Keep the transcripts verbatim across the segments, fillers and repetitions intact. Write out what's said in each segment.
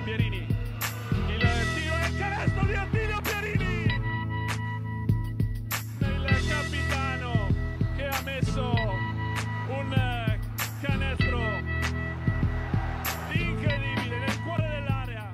Pierini, il tiro e il canestro di Attilio Pierini, il capitano che ha messo un canestro incredibile nel cuore dell'area.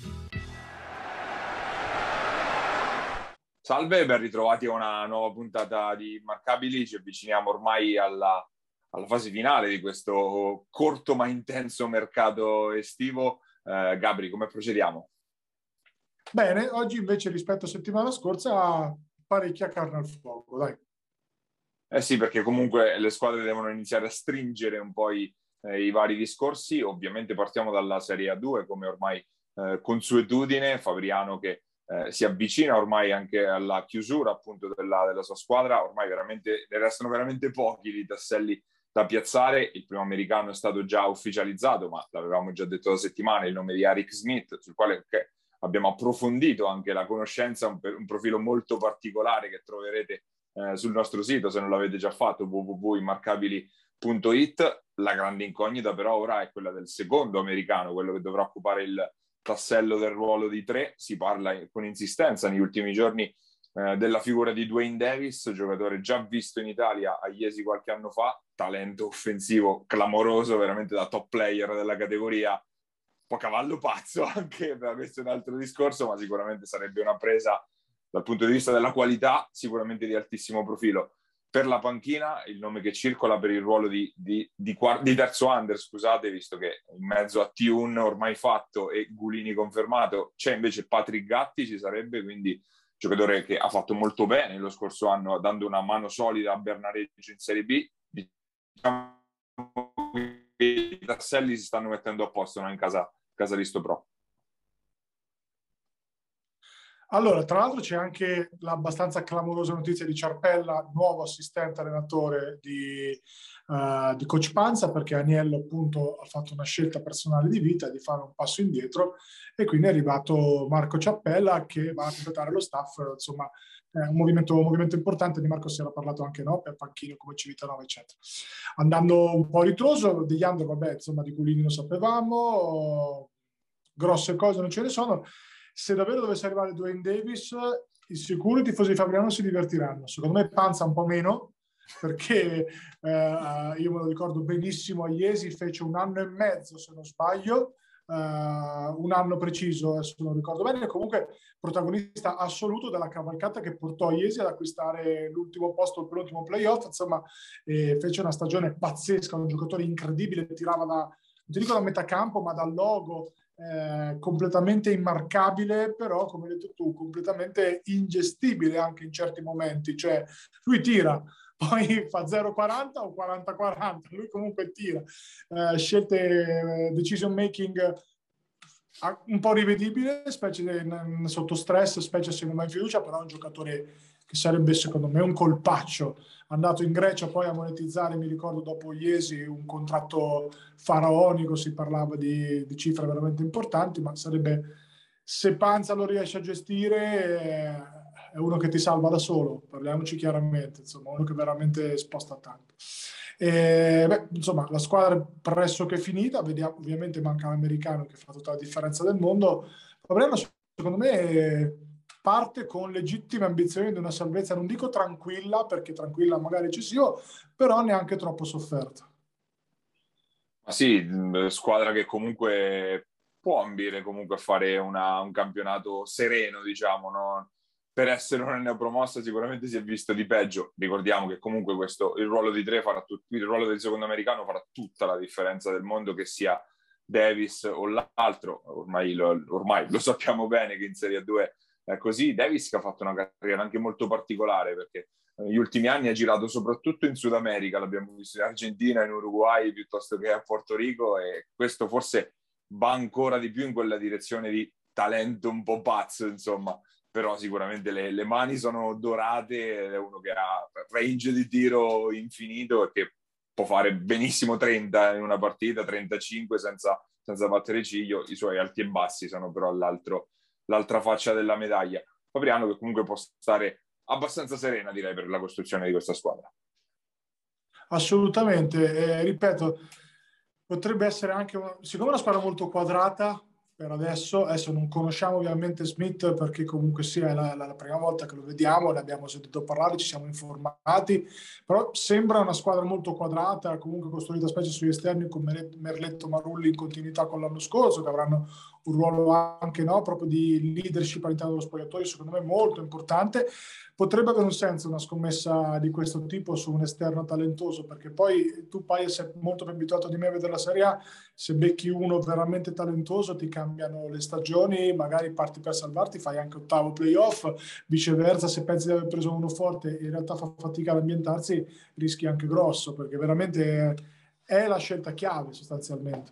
Salve, ben ritrovati a una nuova puntata di Immarcabili. Ci avviciniamo ormai alla, alla fase finale di questo corto ma intenso mercato estivo. Eh, Gabri, come procediamo? Bene, oggi invece rispetto a settimana scorsa parecchia carne al fuoco, dai. Eh sì, perché comunque le squadre devono iniziare a stringere un po' i, eh, i vari discorsi. Ovviamente partiamo dalla Serie A due, come ormai eh, consuetudine. Fabriano che eh, si avvicina ormai anche alla chiusura appunto della, della sua squadra. Ormai veramente ne restano veramente pochi di tasselli da piazzare. Il primo americano è stato già ufficializzato, ma l'avevamo già detto da settimane, il nome di Arik Smith, sul quale okay, abbiamo approfondito anche la conoscenza, un, un profilo molto particolare che troverete eh, sul nostro sito, se non l'avete già fatto, w w w punto immarcabili punto it. La grande incognita però ora è quella del secondo americano, quello che dovrà occupare il tassello del ruolo di tre. Si parla con insistenza negli ultimi giorni eh, della figura di Dwayne Davis, giocatore già visto in Italia a Iesi qualche anno fa, talento offensivo clamoroso, veramente da top player della categoria, un po' cavallo pazzo anche, questo è un altro discorso, ma sicuramente sarebbe una presa dal punto di vista della qualità, sicuramente di altissimo profilo. Per la panchina, il nome che circola per il ruolo di, di, di, di terzo under, scusate, visto che in mezzo a Tiun ormai fatto e Gulini confermato, c'è invece Patrick Gatti, ci sarebbe, quindi giocatore che ha fatto molto bene lo scorso anno, dando una mano solida a Bernareggio in Serie B. Diciamo che i tasselli si stanno mettendo a posto, no? In casa, casa Risto Pro. Allora, tra l'altro c'è anche l'abbastanza clamorosa notizia di Ciarpella, nuovo assistente allenatore di, uh, di Coach Panza, perché Aniello appunto ha fatto una scelta personale di vita di fare un passo indietro e quindi è arrivato Marco Ciappella che va a completare lo staff. Insomma, è un movimento, un movimento importante. Di Marco si era parlato anche, no, per panchino come Civitanova, eccetera. Andando un po' a ritroso, degli under, vabbè, insomma, di Culini lo sapevamo, grosse cose non ce ne sono. Se davvero dovesse arrivare Dwayne Davis, il sicuro i tifosi di Fabriano si divertiranno. Secondo me Panza un po' meno, perché eh, io me lo ricordo benissimo, a Iesi fece un anno e mezzo, se non sbaglio, eh, un anno preciso, se non ricordo bene, comunque protagonista assoluto della cavalcata che portò Iesi ad acquistare l'ultimo posto, il penultimo playoff, insomma, eh, fece una stagione pazzesca, un giocatore incredibile, tirava da, non ti dico da metà campo, ma dal logo, Eh, completamente immarcabile, però come hai detto tu completamente ingestibile anche in certi momenti, cioè lui tira, poi fa zero quaranta o quaranta quaranta, lui comunque tira, eh, scelte, eh, decision making un po' rivedibile, specie in, sotto stress, specie se non hai fiducia, però è un giocatore che sarebbe secondo me un colpaccio, andato in Grecia poi a monetizzare, mi ricordo dopo Iesi, un contratto faraonico, si parlava di, di cifre veramente importanti, ma sarebbe, se Panza lo riesce a gestire, è uno che ti salva da solo, parliamoci chiaramente, insomma, uno che veramente sposta tanto. E, beh, insomma, la squadra è pressoché finita, vediamo, ovviamente manca l'americano che fa tutta la differenza del mondo. Fabriano, secondo me, parte con legittime ambizioni di una salvezza, non dico tranquilla, perché tranquilla magari eccessivo, però neanche troppo sofferta. Ma sì, squadra che comunque può ambire comunque a fare una, un campionato sereno, diciamo, no? Per essere una neopromossa sicuramente si è visto di peggio. Ricordiamo che comunque questo, il ruolo di tre farà tut- il ruolo del secondo americano farà tutta la differenza del mondo, che sia Davis o l'altro. Ormai lo, ormai lo sappiamo bene che in Serie A due è così. Davis che ha fatto una carriera anche molto particolare, perché negli ultimi anni ha girato soprattutto in Sud America, l'abbiamo visto in Argentina, in Uruguay, piuttosto che a Porto Rico, e questo forse va ancora di più in quella direzione di talento un po' pazzo, insomma. Però sicuramente le, le mani sono dorate, è uno che ha range di tiro infinito e che può fare benissimo trenta in una partita, trentacinque senza, senza battere ciglio. I suoi alti e bassi sono però l'altro, l'altra faccia della medaglia. Fabriano che comunque può stare abbastanza serena, direi, per la costruzione di questa squadra. Assolutamente, eh, ripeto, potrebbe essere anche una, siccome è una squadra molto quadrata, per adesso. Adesso non conosciamo ovviamente Smith perché comunque sia la, la, la prima volta che lo vediamo, ne abbiamo sentito parlare, ci siamo informati, però sembra una squadra molto quadrata, comunque costruita specie sugli esterni con Merletto, Marulli in continuità con l'anno scorso, che avranno un ruolo anche, no, proprio di leadership all'interno dello spogliatoio, secondo me molto importante. Potrebbe avere un senso una scommessa di questo tipo su un esterno talentoso, perché poi tu, Paia, sei molto più abituato di me a vedere la Serie A, se becchi uno veramente talentoso ti cambiano le stagioni, magari parti per salvarti, fai anche ottavo playoff, viceversa se pensi di aver preso uno forte e in realtà fa fatica ad ambientarsi, rischi anche grosso, perché veramente è la scelta chiave sostanzialmente.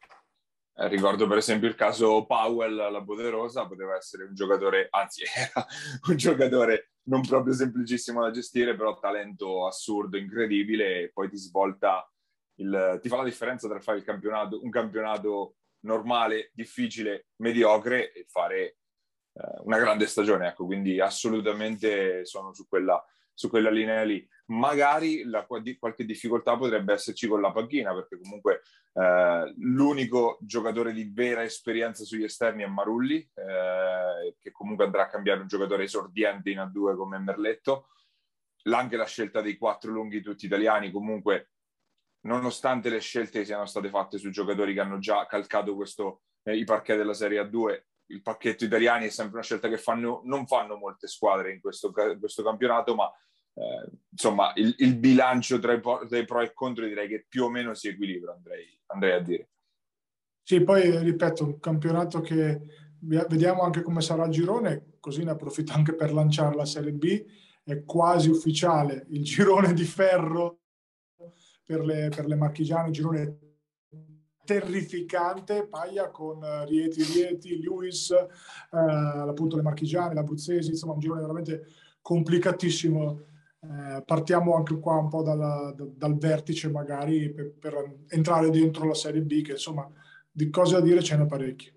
Eh, ricordo per esempio il caso Powell alla Poderosa, poteva essere un giocatore, anzi era un giocatore non proprio semplicissimo da gestire, però talento assurdo, incredibile, e poi ti svolta, il, ti fa la differenza tra fare il campionato, un campionato normale, difficile, mediocre e fare eh, una grande stagione, ecco, quindi assolutamente sono su quella, su quella linea lì. Magari la, qualche difficoltà potrebbe esserci con la panchina, perché comunque eh, l'unico giocatore di vera esperienza sugli esterni è Marulli, eh, che comunque andrà a cambiare un giocatore esordiente in A due come Merletto. Anche la scelta dei quattro lunghi tutti italiani, comunque, nonostante le scelte siano state fatte su giocatori che hanno già calcato questo, eh, i parquet della Serie A due, il pacchetto italiani è sempre una scelta che fanno, non fanno molte squadre in questo, in questo campionato, ma Eh, insomma il, il bilancio tra i, tra i pro e contro direi che più o meno si equilibra, andrei, andrei a dire. Sì, poi ripeto, un campionato che vediamo anche come sarà il girone, così ne approfitto anche per lanciare la Serie B, è quasi ufficiale il girone di ferro per le, per le marchigiane, girone terrificante, Paia, con Rieti, Rieti, Lewis, eh, appunto le marchigiane, l'Abruzzesi, insomma un girone veramente complicatissimo. Eh, partiamo anche qua un po' dalla, da, dal vertice magari per, per entrare dentro la Serie B, che insomma di cose da dire ce n'è parecchie.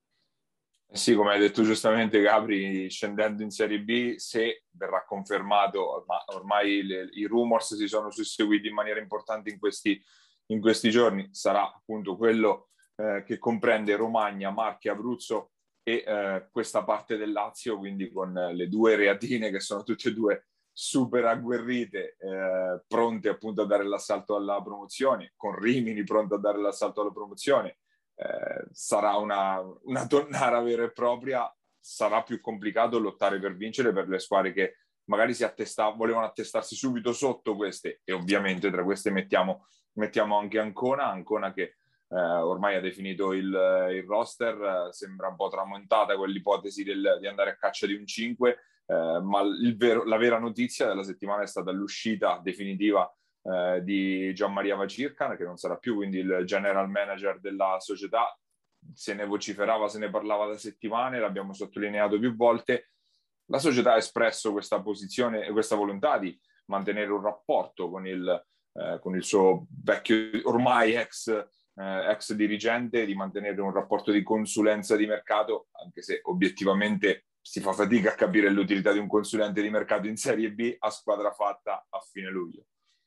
Sì, come hai detto giustamente Gabri, scendendo in Serie B, se verrà confermato, ma ormai le, i rumors si sono susseguiti in maniera importante in questi, in questi giorni, sarà appunto quello eh, che comprende Romagna, Marche, Abruzzo e eh, questa parte del Lazio, quindi con le due reatine che sono tutte e due super agguerrite, eh, pronte appunto a dare l'assalto alla promozione, con Rimini pronto a dare l'assalto alla promozione. Eh, sarà una, una tonnara vera e propria, sarà più complicato lottare per vincere per le squadre che magari si attesta- volevano attestarsi subito sotto queste, e ovviamente tra queste mettiamo, mettiamo anche Ancona, Ancona che eh, ormai ha definito il, il roster, eh, sembra un po' tramontata quell'ipotesi del, di andare a caccia di un cinque, eh, ma il vero, la vera notizia della settimana è stata l'uscita definitiva Eh, di Gianmaria Vacirca, che non sarà più quindi il general manager della società. Se ne vociferava, se ne parlava da settimane, l'abbiamo sottolineato più volte. La società ha espresso questa posizione, questa volontà di mantenere un rapporto con il, eh, con il suo vecchio, ormai ex, eh, ex dirigente, di mantenere un rapporto di consulenza di mercato, anche se obiettivamente si fa fatica a capire l'utilità di un consulente di mercato in Serie B a squadra fatta a fine luglio.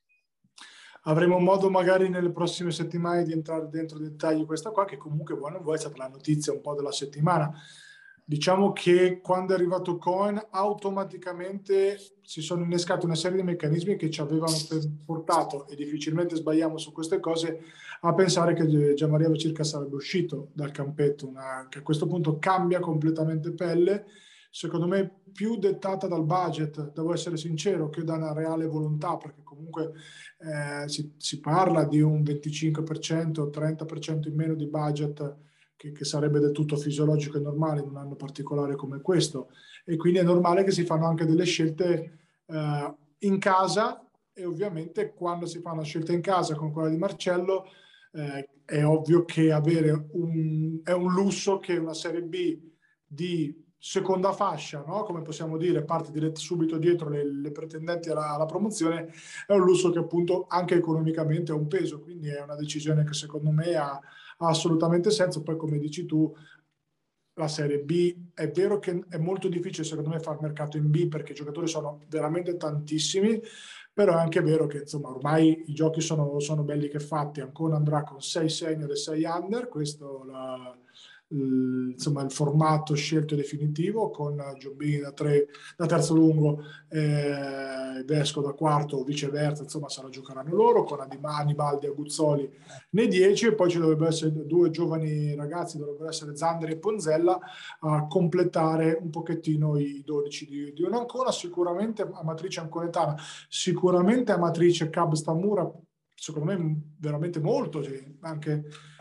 Avremo modo magari nelle prossime settimane di entrare dentro i dettagli di questa qua, che comunque vuoi non vuoi è stata la notizia un po' della settimana. Diciamo che quando è arrivato Cohen automaticamente si sono innescati una serie di meccanismi che ci avevano portato, e difficilmente sbagliamo su queste cose, a pensare che Gianmaria Vacirca sarebbe uscito dal campetto, una, che a questo punto cambia completamente pelle, secondo me più dettata dal budget, devo essere sincero, che da una reale volontà, perché comunque eh, si, si parla di un venticinque per cento, trenta per cento in meno di budget, che, che sarebbe del tutto fisiologico e normale in un anno particolare come questo, e quindi è normale che si fanno anche delle scelte eh, in casa, e ovviamente quando si fa una scelta in casa come quella di Marcello eh, è ovvio che avere un, è un lusso che una Serie B di seconda fascia, no? Come possiamo dire, parte diretta subito dietro le, le pretendenti alla, alla promozione, è un lusso che appunto anche economicamente ha un peso, quindi è una decisione che secondo me ha, ha assolutamente senso. Poi come dici tu, la Serie B è vero che è molto difficile secondo me fare mercato in B perché i giocatori sono veramente tantissimi, però è anche vero che insomma ormai i giochi sono, sono belli che fatti. Ancora andrà con sei senior e sei under, questo la, il, insomma, il formato scelto e definitivo, con Giobbini da, tre, da terzo lungo, eh, Vesco da quarto o viceversa, insomma se la giocheranno loro, con Adimani, Baldi e Aguzzoli nei dieci, e poi ci dovrebbero essere due giovani ragazzi, dovrebbero essere Zandri e Ponzella, a completare un pochettino i dodici di, di un'Ancona. Sicuramente Amatrice Anconetana, sicuramente Amatrice Cab Stamura, secondo me veramente molto, cioè, anche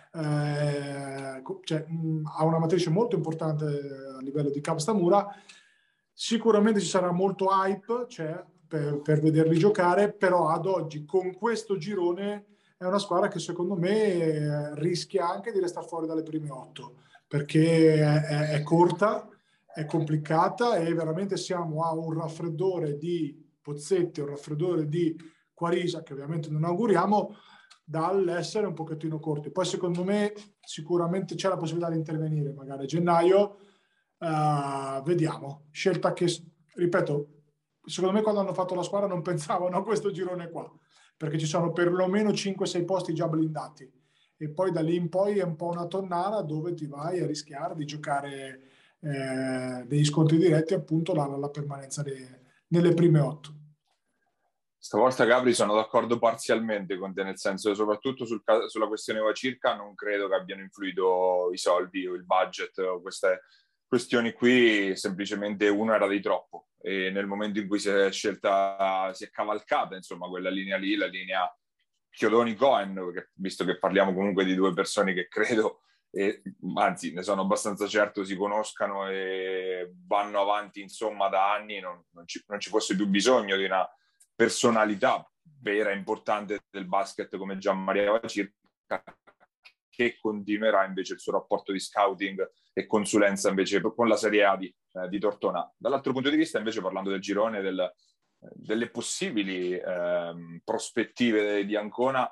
eh, cioè, mh, ha una matrice molto importante a livello di Cab Stamura. Sicuramente ci sarà molto hype, cioè, per, per vederli giocare, però ad oggi con questo girone è una squadra che secondo me eh, rischia anche di restare fuori dalle prime otto, perché è, è corta, è complicata, e veramente siamo a un raffreddore di Pozzetti, un raffreddore di Quarisa, che ovviamente non auguriamo, dall'essere un pochettino corti. Poi secondo me sicuramente c'è la possibilità di intervenire magari a gennaio, uh, vediamo. Scelta che, ripeto, secondo me quando hanno fatto la squadra non pensavano a questo girone qua, perché ci sono perlomeno cinque sei posti già blindati, e poi da lì in poi è un po' una tonnara dove ti vai a rischiare di giocare eh, degli scontri diretti, appunto la, la permanenza de, nelle prime otto. Stavolta, Gabri, sono d'accordo parzialmente con te, nel senso che soprattutto sul, sulla questione Vacirca non credo che abbiano influito i soldi o il budget o queste questioni qui, semplicemente uno era di troppo, e nel momento in cui si è scelta, si è cavalcata insomma quella linea lì, la linea Chiodoni-Cohen, visto che parliamo comunque di due persone che credo, e, anzi ne sono abbastanza certo, si conoscano e vanno avanti insomma da anni, non, non, ci, non ci fosse più bisogno di una personalità vera e importante del basket come Gianmaria Vacirca, che continuerà invece il suo rapporto di scouting e consulenza invece con la Serie A di, eh, di Tortona. Dall'altro punto di vista, invece, parlando del girone, del, delle possibili eh, prospettive di Ancona,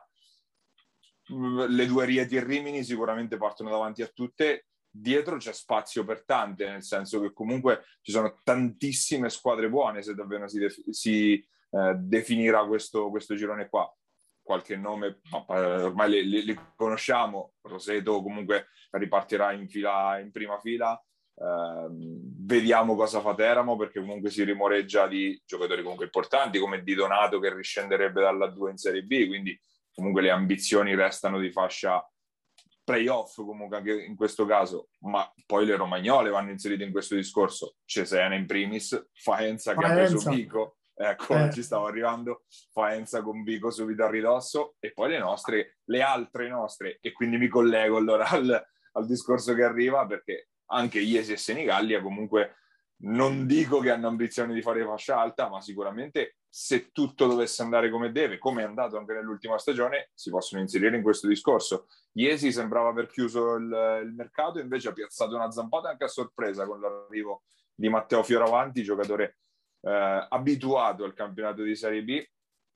le due Rieti e Rimini sicuramente partono davanti a tutte. Dietro c'è spazio per tante, nel senso che comunque ci sono tantissime squadre buone, se davvero si, def- si eh, definirà questo, questo girone qua. Qualche nome, ma ormai li, li, li conosciamo, Roseto comunque ripartirà in, fila, in prima fila, eh, vediamo cosa fa Teramo, perché comunque si rimoreggia di giocatori comunque importanti, come Di Donato che riscenderebbe dalla due in Serie B, quindi comunque le ambizioni restano di fascia playoff comunque anche in questo caso, ma poi le romagnole vanno inserite in questo discorso, Cesena in primis, Faenza che ha preso Vico, ecco, eh. ci stavo arrivando, Faenza con Vico subito a ridosso, e poi le nostre, le altre nostre, e quindi mi collego allora al, al discorso che arriva, perché anche Iesi e Senigallia comunque non dico che hanno ambizione di fare fascia alta, ma sicuramente se tutto dovesse andare come deve, come è andato anche nell'ultima stagione, si possono inserire in questo discorso. Iesi sembrava aver chiuso il, il mercato, invece ha piazzato una zampata anche a sorpresa con l'arrivo di Matteo Fioravanti, giocatore eh, abituato al campionato di Serie B,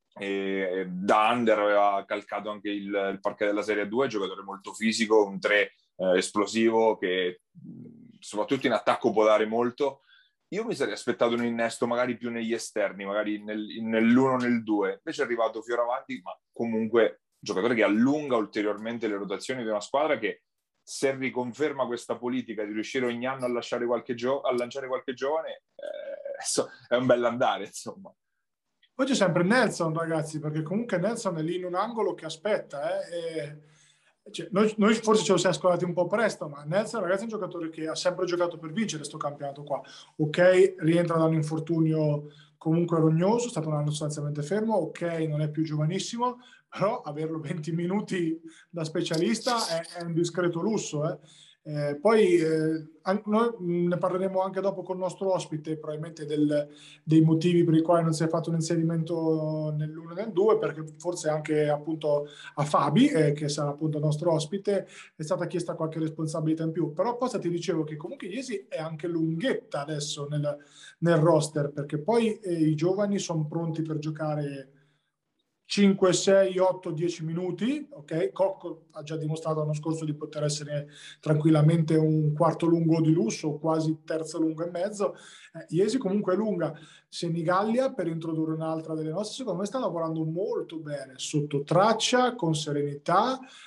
e da under aveva calcato anche il, il parquet della Serie due, giocatore molto fisico, un tre eh, esplosivo che soprattutto in attacco può dare molto. Io mi sarei aspettato un innesto magari più negli esterni, magari nel, nell'uno o nel due, invece è arrivato Fioravanti, ma comunque un giocatore che allunga ulteriormente le rotazioni di una squadra che, se riconferma questa politica di riuscire ogni anno a, lasciare qualche gio- a lanciare qualche giovane, eh, è un bell'andare, insomma. Poi c'è sempre Nelson, ragazzi, perché comunque Nelson è lì in un angolo che aspetta, eh, e... Cioè, noi, noi forse ce lo siamo scordati un po' presto, ma Nelson, ragazzi, è un giocatore che ha sempre giocato per vincere questo campionato qua. Ok, rientra da un infortunio comunque rognoso, è stato un anno sostanzialmente fermo, ok, non è più giovanissimo, però averlo venti minuti da specialista è, è un discreto lusso. Eh. Eh, poi eh, noi ne parleremo anche dopo con il nostro ospite, probabilmente del, dei motivi per i quali non si è fatto un inserimento nell'uno e nel due, perché forse anche appunto a Fabi, eh, che sarà appunto il nostro ospite, è stata chiesta qualche responsabilità in più. Però poi ti dicevo che comunque Iesi è anche lunghetta adesso nel, nel roster, perché poi eh, i giovani sono pronti per giocare cinque, sei, otto, dieci minuti, ok? Cocco ha già dimostrato l'anno scorso di poter essere tranquillamente un quarto lungo di lusso, quasi terzo lungo e mezzo. Eh, Iesi comunque è lunga. Senigallia, per introdurre un'altra delle nostre, secondo me sta lavorando molto bene, sotto traccia, con serenità,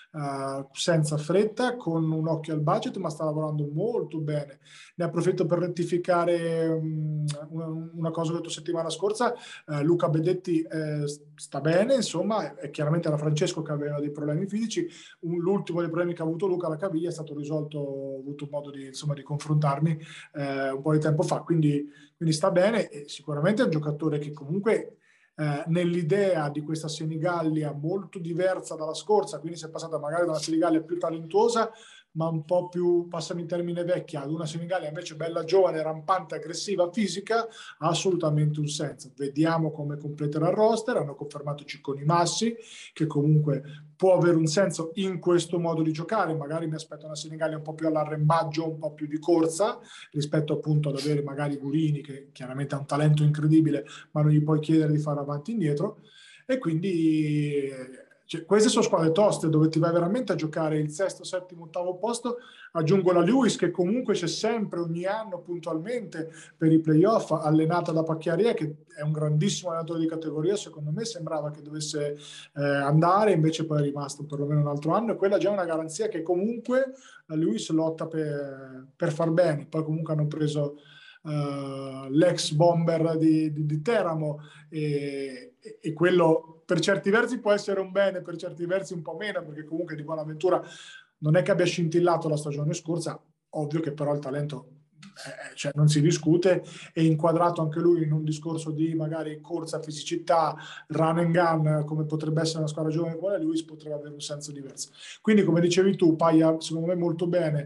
uh, senza fretta, con un occhio al budget, ma sta lavorando molto bene. Ne approfitto per rettificare um, una, una cosa che ho detto settimana scorsa. uh, Luca Bedetti eh, sta bene, insomma, e chiaramente era Francesco che aveva dei problemi fisici. Un, l'ultimo dei problemi che ha avuto Luca alla caviglia è stato risolto, ho avuto modo di, insomma, di confrontarmi eh, un po' di tempo fa, quindi, quindi sta bene, e sicuramente è un giocatore che comunque eh, nell'idea di questa Senigallia molto diversa dalla scorsa, quindi si è passata magari da una Senigallia più talentuosa ma un po' più, passami in termine vecchia, ad una Senigallia invece bella giovane, rampante, aggressiva, fisica, ha assolutamente un senso. Vediamo come completerà il roster. Hanno confermato Cicconi Massi, che comunque può avere un senso in questo modo di giocare. Magari mi aspetto una Senigallia un po' più all'arrembaggio, un po' più di corsa, rispetto appunto ad avere magari Gurini, che chiaramente ha un talento incredibile, ma non gli puoi chiedere di fare avanti e indietro. E quindi cioè, queste sono squadre toste dove ti vai veramente a giocare il sesto, settimo, ottavo posto. Aggiungo la Lewis, che comunque c'è sempre ogni anno puntualmente per i playoff, allenata da Pacchiaria, che è un grandissimo allenatore di categoria. Secondo me sembrava che dovesse eh, andare, invece poi è rimasto perlomeno un altro anno, e quella già è una garanzia che comunque la Lewis lotta per, per far bene. Poi comunque hanno preso Uh, l'ex bomber di, di, di Teramo, e, e, e quello per certi versi può essere un bene, per certi versi un po' meno, perché comunque di Bonaventura non è che abbia scintillato la stagione scorsa. Ovvio che però il talento eh, cioè non si discute, è inquadrato anche lui in un discorso di magari corsa, fisicità, run and gun, come potrebbe essere una squadra giovane come lui, potrebbe avere un senso diverso. Quindi come dicevi tu, Paia secondo me molto bene.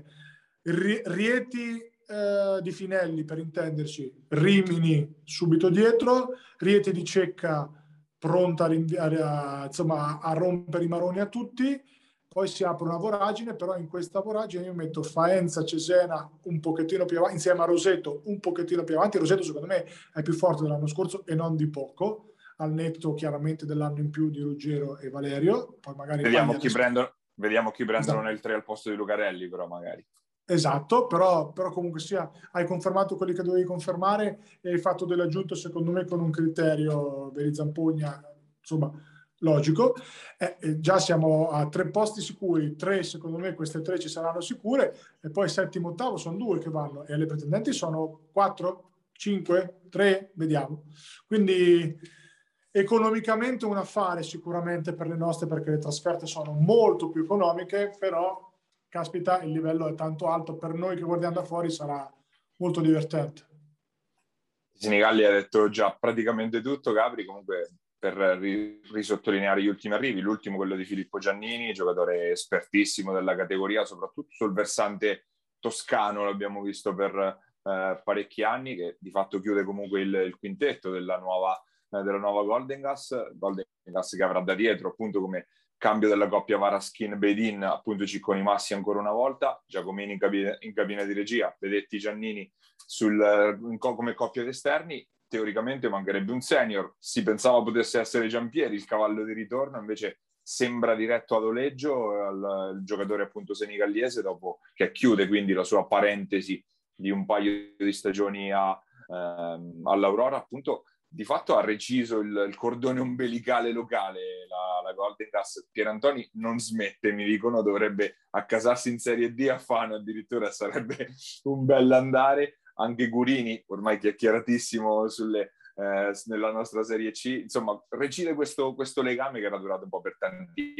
Rieti Eh, di Finelli, per intenderci, Rimini subito dietro, Rieti di Cecca pronta a, rinviare, a, insomma, a rompere i maroni a tutti. Poi si apre una voragine, però in questa voragine io metto Faenza, Cesena un pochettino più avanti, insieme a Roseto un pochettino più avanti. Roseto secondo me è più forte dell'anno scorso e non di poco, al netto chiaramente dell'anno in più di Ruggero e Valerio. Poi magari vediamo, chi adesso... prendono, vediamo chi prendono esatto. nel tre al posto di Lucarelli, però magari. Esatto, però, però comunque sia, hai confermato quelli che dovevi confermare e hai fatto delle aggiunte secondo me con un criterio, vedi Zampogna, insomma, logico. Eh, eh, già siamo a tre posti sicuri, tre secondo me queste tre ci saranno sicure, e poi settimo, ottavo sono due che vanno, e le pretendenti sono quattro, cinque, tre, vediamo. Quindi economicamente un affare sicuramente per le nostre, perché le trasferte sono molto più economiche, però caspita, il livello è tanto alto, per noi che guardiamo da fuori sarà molto divertente. Sinigalli ha detto già praticamente tutto. Gabri, comunque, per risottolineare gli ultimi arrivi, l'ultimo quello di Filippo Giannini, giocatore espertissimo della categoria, soprattutto sul versante toscano, l'abbiamo visto per eh, parecchi anni, che di fatto chiude comunque il, il quintetto della nuova, eh, della nuova Golden Gas, Golden Gas che avrà da dietro appunto come cambio della coppia Varaschin-Bedin, appunto Cicconi Massi ancora una volta, Giacomini in cabina, in cabina di regia, Bedetti Giannini sul, in, come coppia di esterni. Teoricamente mancherebbe un senior, si pensava potesse essere Giampieri il cavallo di ritorno, invece sembra diretto ad Oleggio, al, il giocatore appunto senigallese, dopo che chiude quindi la sua parentesi di un paio di stagioni a, ehm, all'Aurora, appunto. Di fatto ha reciso il, il cordone ombelicale locale la, la Golden Gas. Pierantoni non smette, mi dicono, dovrebbe accasarsi in Serie D a Fano, addirittura sarebbe un bell'andare. Anche Gurini, ormai chiacchieratissimo sulle, eh, nella nostra Serie C, insomma recide questo, questo legame che era durato un po' per tanti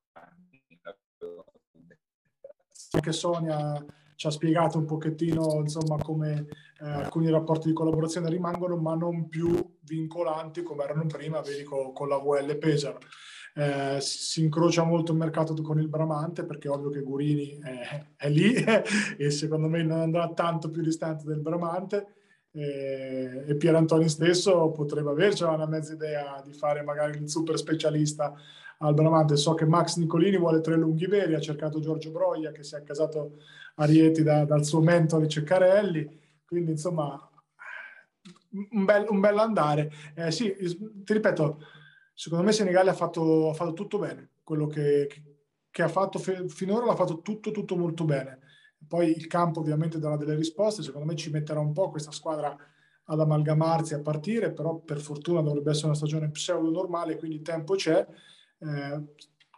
anni. Anche Sonia ci ha spiegato un pochettino insomma come eh, alcuni rapporti di collaborazione rimangono, ma non più vincolanti come erano prima, vedi con, con la V L Pesaro. Eh, si incrocia molto il mercato con il Bramante, perché è ovvio che Gurini è, è lì e secondo me non andrà tanto più distante del Bramante, eh, e Pierantoni stesso potrebbe avercela una mezza idea di fare magari il super specialista al Bramante. So che Max Nicolini vuole tre lunghi veri, ha cercato Giorgio Broglia che si è accasato a Rieti da, dal suo mentore Ceccarelli, quindi insomma un bel, un bel andare. Eh, sì, ti ripeto, secondo me Senigallia ha fatto, ha fatto tutto bene, quello che, che ha fatto fe, finora l'ha fatto tutto tutto molto bene. Poi il campo ovviamente darà delle risposte, secondo me ci metterà un po' questa squadra ad amalgamarsi, a partire, però per fortuna dovrebbe essere una stagione pseudo normale, quindi tempo c'è. Eh,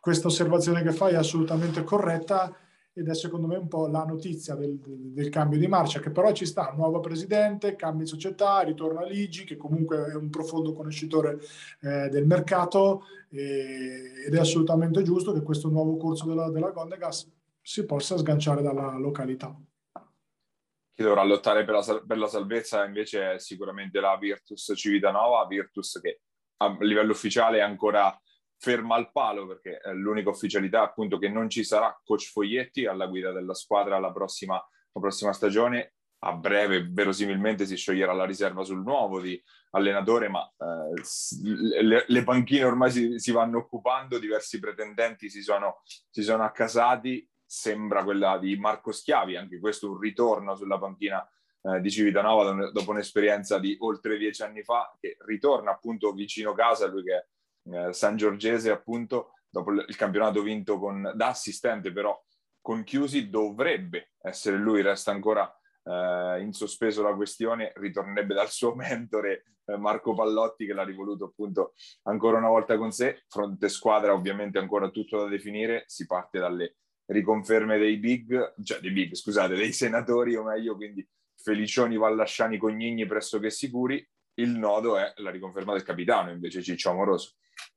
questa osservazione che fai è assolutamente corretta ed è secondo me un po' la notizia del, del cambio di marcia, che però ci sta, nuovo presidente, cambio di società, ritorna a Ligi, che comunque è un profondo conoscitore eh, del mercato e, ed è assolutamente giusto che questo nuovo corso della, della Gondegas si possa sganciare dalla località. Chi dovrà lottare per la, per la salvezza invece è sicuramente la Virtus Civitanova, Virtus che a livello ufficiale è ancora ferma al palo, perché è l'unica ufficialità appunto che non ci sarà coach Foglietti alla guida della squadra la prossima, la prossima stagione. A breve verosimilmente si scioglierà la riserva sul nuovo di allenatore, ma eh, le, le panchine ormai si, si vanno occupando, diversi pretendenti si sono, si sono accasati. Sembra quella di Marco Schiavi, anche questo un ritorno sulla panchina eh, di Civitanova dopo un'esperienza di oltre dieci anni fa, che ritorna appunto vicino casa, lui che è eh, San Giorgese appunto, dopo il campionato vinto con, da assistente però con Chiusi, dovrebbe essere lui, resta ancora eh, in sospeso la questione, ritornerebbe dal suo mentore eh, Marco Pallotti, che l'ha rivoluto appunto ancora una volta con sé. Fronte squadra ovviamente ancora tutto da definire, si parte dalle riconferme dei big, cioè dei big, scusate, dei senatori o meglio, quindi Felicioni, Vallasciani, Cognigni pressoché sicuri. Il nodo è la riconferma del capitano, invece Ciccio Amoroso.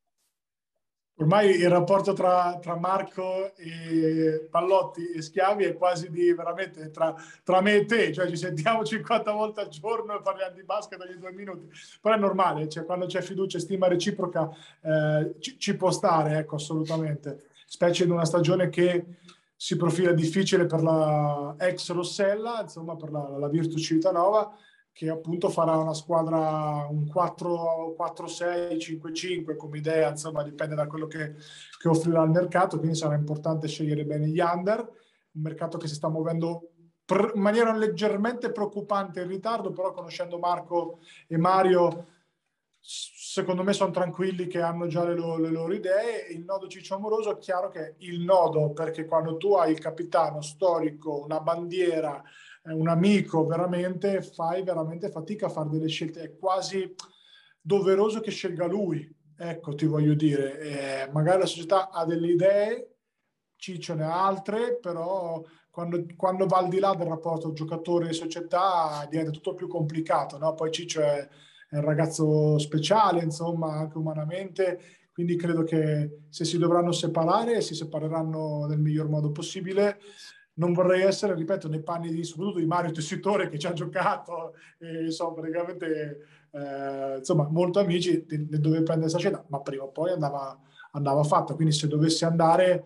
Ormai il rapporto tra, tra Marco e Pallotti e Schiavi è quasi di veramente tra, tra me e te, cioè ci sentiamo cinquanta volte al giorno e parliamo di basket ogni due minuti, però è normale, cioè quando c'è fiducia e stima reciproca eh, ci, ci può stare, ecco, assolutamente, specie in una stagione che si profila difficile per la ex Rossella, insomma per la, la Virtus Civitanova, che appunto farà una squadra un quattro sei cinque cinque come idea, insomma dipende da quello che, che offrirà il mercato, quindi sarà importante scegliere bene gli under, un mercato che si sta muovendo in maniera leggermente preoccupante in ritardo, però conoscendo Marco e Mario secondo me sono tranquilli che hanno già le loro, le loro idee. Il nodo Ciccio Amoroso è chiaro che è il nodo, perché quando tu hai il capitano storico, una bandiera, un amico, veramente fai veramente fatica a fare delle scelte, è quasi doveroso che scelga lui, ecco, ti voglio dire, eh, magari la società ha delle idee, Ciccio ne ha altre, però quando, quando va al di là del rapporto giocatore e società diventa tutto più complicato, no? Poi Ciccio è, è un ragazzo speciale, insomma, anche umanamente, quindi credo che se si dovranno separare si separeranno nel miglior modo possibile. Non vorrei essere, ripeto, nei panni di, soprattutto di Mario Tessitore, che ci ha giocato e insomma praticamente eh, insomma molto amici, ne doveva prendere questa scelta, ma prima o poi andava, andava fatta, quindi se dovesse andare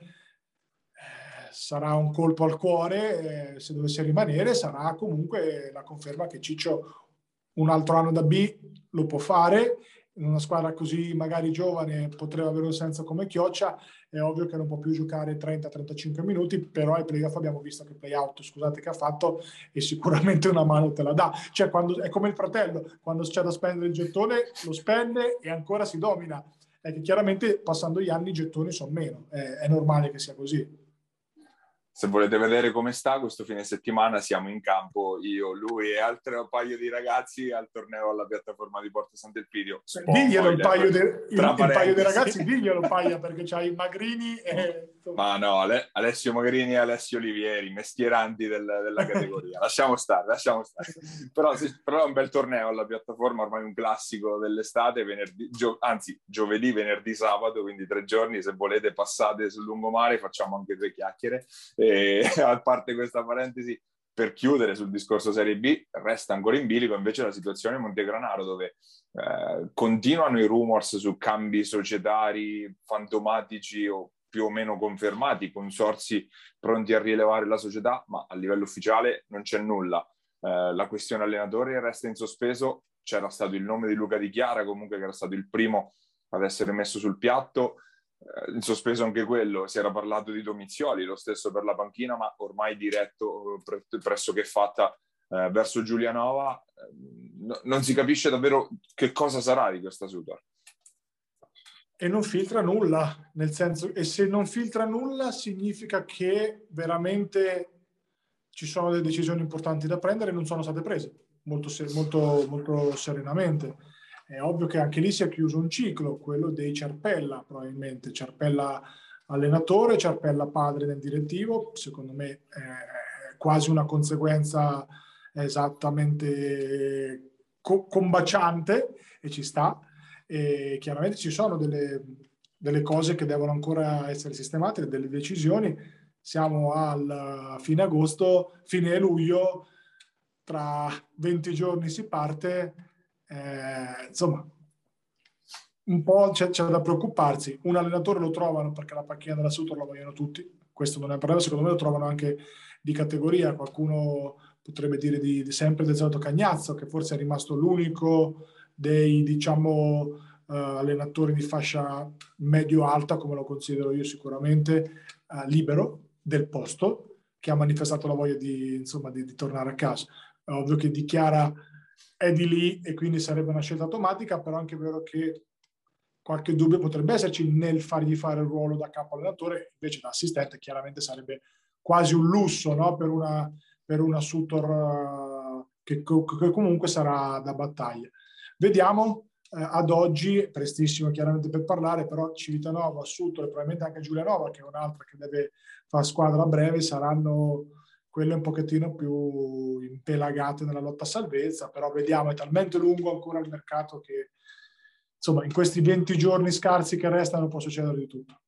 eh, sarà un colpo al cuore, eh, se dovesse rimanere sarà comunque la conferma che Ciccio un altro anno da B lo può fare, in una squadra così magari giovane potrebbe avere un senso come Chioccia, è ovvio che non può più giocare trenta trentacinque minuti, però ai playoff abbiamo visto che playout, scusate, che ha fatto e sicuramente una mano te la dà, cioè quando, è come il fratello, quando c'è da spendere il gettone lo spende e ancora si domina, è che chiaramente passando gli anni i gettoni sono meno, è, è normale che sia così. Se volete vedere come sta, questo fine settimana siamo in campo io, lui e altri un paio di ragazzi al torneo alla piattaforma di Porto Sant'Elpidio. Diglielo il paio, de, il, il paio di ragazzi, diglielo paia, perché c'hai Magrini e... Ma no, Ale, Alessio Magrini e Alessio Olivieri, mestieranti del, della categoria. Lasciamo stare, lasciamo stare. Però, però è un bel torneo alla piattaforma, ormai un classico dell'estate, venerdì, gio, anzi giovedì, venerdì, sabato, quindi tre giorni, se volete passate sul lungomare, facciamo anche due chiacchiere. E a parte questa parentesi, per chiudere sul discorso Serie B, resta ancora in bilico invece la situazione in Montegranaro, dove eh, continuano i rumors su cambi societari fantomatici o più o meno confermati, consorzi pronti a rilevare la società, ma a livello ufficiale non c'è nulla. Eh, la questione allenatore resta in sospeso, c'era stato il nome di Luca Di Chiara, comunque che era stato il primo ad essere messo sul piatto, eh, in sospeso anche quello, si era parlato di Domizioli, lo stesso per la panchina, ma ormai diretto pre- pressoché fatta eh, verso Giulianova, eh, no, non si capisce davvero che cosa sarà di questa Sutor. E non filtra nulla, nel senso, e se non filtra nulla significa che veramente ci sono delle decisioni importanti da prendere e non sono state prese molto, molto, molto serenamente. È ovvio che anche lì si è chiuso un ciclo, quello dei Cerpella, probabilmente. Cerpella allenatore, Ciarpella padre nel direttivo, secondo me è quasi una conseguenza esattamente co- combaciante e ci sta. E chiaramente ci sono delle, delle cose che devono ancora essere sistemate, delle decisioni. Siamo al fine agosto, fine luglio, tra venti giorni si parte, eh, insomma un po' c'è, c'è da preoccuparsi. Un allenatore lo trovano perché la panchina della Sutor la vogliono tutti, questo non è un problema, secondo me lo trovano anche di categoria. Qualcuno potrebbe dire di, di sempre del Zerato Cagnazzo, che forse è rimasto l'unico dei, diciamo, uh, allenatori di fascia medio-alta, come lo considero io sicuramente, uh, libero del posto, che ha manifestato la voglia di, insomma, di, di tornare a casa. È ovvio che dichiara è di lì e quindi sarebbe una scelta automatica, però è anche vero che qualche dubbio potrebbe esserci nel fargli fare il ruolo da capo allenatore, invece da assistente chiaramente sarebbe quasi un lusso, no? per, una, per una Sutor uh, che, che comunque sarà da battaglia. Vediamo, eh, ad oggi, prestissimo chiaramente per parlare, però Civitanova, Sutor e probabilmente anche Giulianova, che è un'altra che deve fare squadra a breve, saranno quelle un pochettino più impelagate nella lotta a salvezza, però vediamo, è talmente lungo ancora il mercato che insomma in questi venti giorni scarsi che restano può succedere di tutto.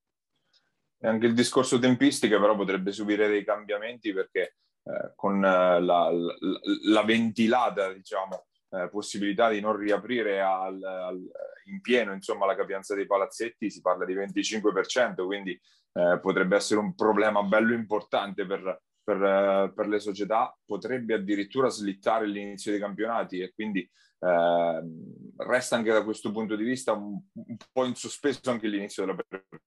E anche il discorso tempistica però potrebbe subire dei cambiamenti perché eh, con eh, la, la, la ventilata, diciamo, eh, possibilità di non riaprire al, al, in pieno, insomma, la capienza dei palazzetti, si parla di venticinque per cento, quindi eh, potrebbe essere un problema bello importante per, per, eh, per le società, potrebbe addirittura slittare l'inizio dei campionati e quindi eh, resta anche da questo punto di vista un, un po' in sospeso anche l'inizio della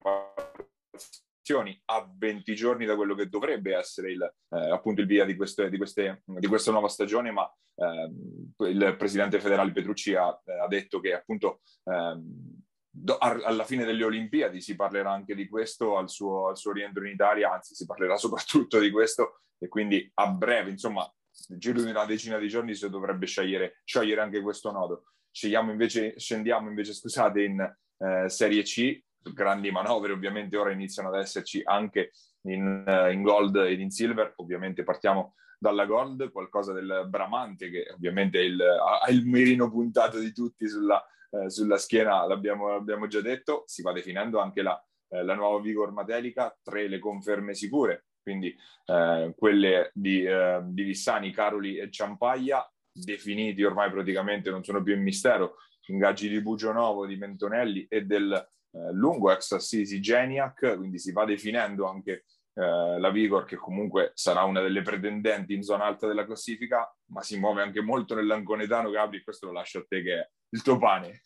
preparazione a venti giorni da quello che dovrebbe essere il, eh, appunto il via di, queste, di, queste, di questa nuova stagione, ma eh, il presidente federale Petrucci ha, ha detto che appunto eh, do, alla fine delle Olimpiadi si parlerà anche di questo al suo, al suo rientro in Italia, anzi si parlerà soprattutto di questo e quindi a breve, insomma, nel giro di una decina di giorni si dovrebbe scegliere, sciogliere anche questo nodo. Scegliamo invece, scendiamo invece, scusate, in eh, Serie C, grandi manovre ovviamente ora iniziano ad esserci anche in, uh, in Gold ed in Silver. Ovviamente partiamo dalla Gold, qualcosa del Bramante che ovviamente è il, ha il mirino puntato di tutti sulla, uh, sulla schiena, l'abbiamo, l'abbiamo già detto. Si va definendo anche la, uh, la nuova Vigor Matelica, tre le conferme sicure, quindi uh, quelle di, uh, di Vissani, Caroli e Ciampaglia, definiti ormai praticamente, non sono più in mistero, ingaggi di Bugionovo, di Mentonelli e del Eh, lungo ex Assisi Geniac, quindi si va definendo anche eh, la Vigor, che comunque sarà una delle pretendenti in zona alta della classifica, ma si muove anche molto nell'anconetano. Gabri, questo lo lascio a te che è il tuo pane.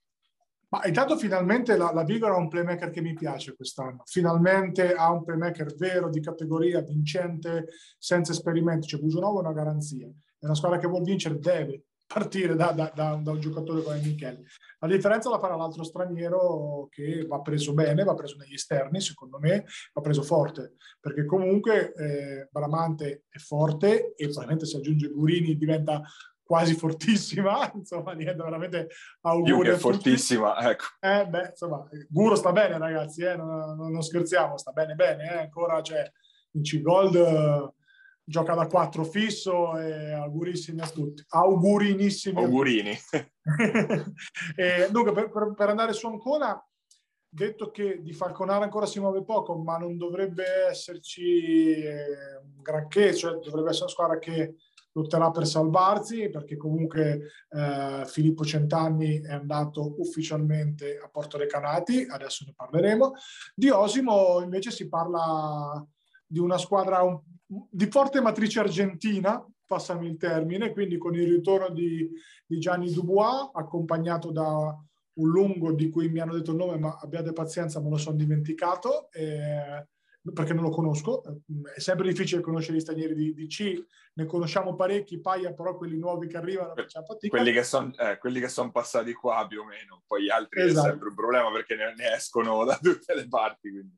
Ma intanto finalmente la, la Vigor ha un playmaker che mi piace quest'anno, finalmente ha un playmaker vero, di categoria, vincente, senza esperimenti. Cioè Bugionovo è una garanzia, è una squadra che vuol vincere, deve partire da, da, da, da un giocatore come Michele. La differenza la farà l'altro straniero che va preso bene, va preso negli esterni, secondo me, va preso forte, perché comunque eh, Bramante è forte e probabilmente se aggiunge Gurini diventa quasi fortissima, insomma, niente, veramente auguri più che a fortissima, tutti. Ecco. Eh, beh, insomma, Guro sta bene, ragazzi, eh, non, non scherziamo, sta bene bene, eh, ancora, cioè, in C-Gold eh, gioca da quattro fisso e augurissimi a tutti. Augurinissimi Augurini. a tutti. E, dunque, per, per, per andare su Ancona, detto che di Falconara ancora si muove poco, ma non dovrebbe esserci eh, un granché, cioè dovrebbe essere una squadra che lotterà per salvarsi, perché comunque eh, Filippo Centanni è andato ufficialmente a Porto Recanati, adesso ne parleremo. Di Osimo invece si parla di una squadra un, di forte matrice argentina, passami il termine, quindi con il ritorno di, di Gianni Dubois, accompagnato da un lungo di cui mi hanno detto il nome, ma abbiate pazienza, me lo sono dimenticato, eh, perché non lo conosco. È sempre difficile conoscere gli stranieri di, di C, ne conosciamo parecchi, paia, però quelli nuovi che arrivano facciamo fatica. Quelli che sono eh, quelli che son passati qua più o meno, poi gli altri esatto. È sempre un problema perché ne, ne escono da tutte le parti. Quindi.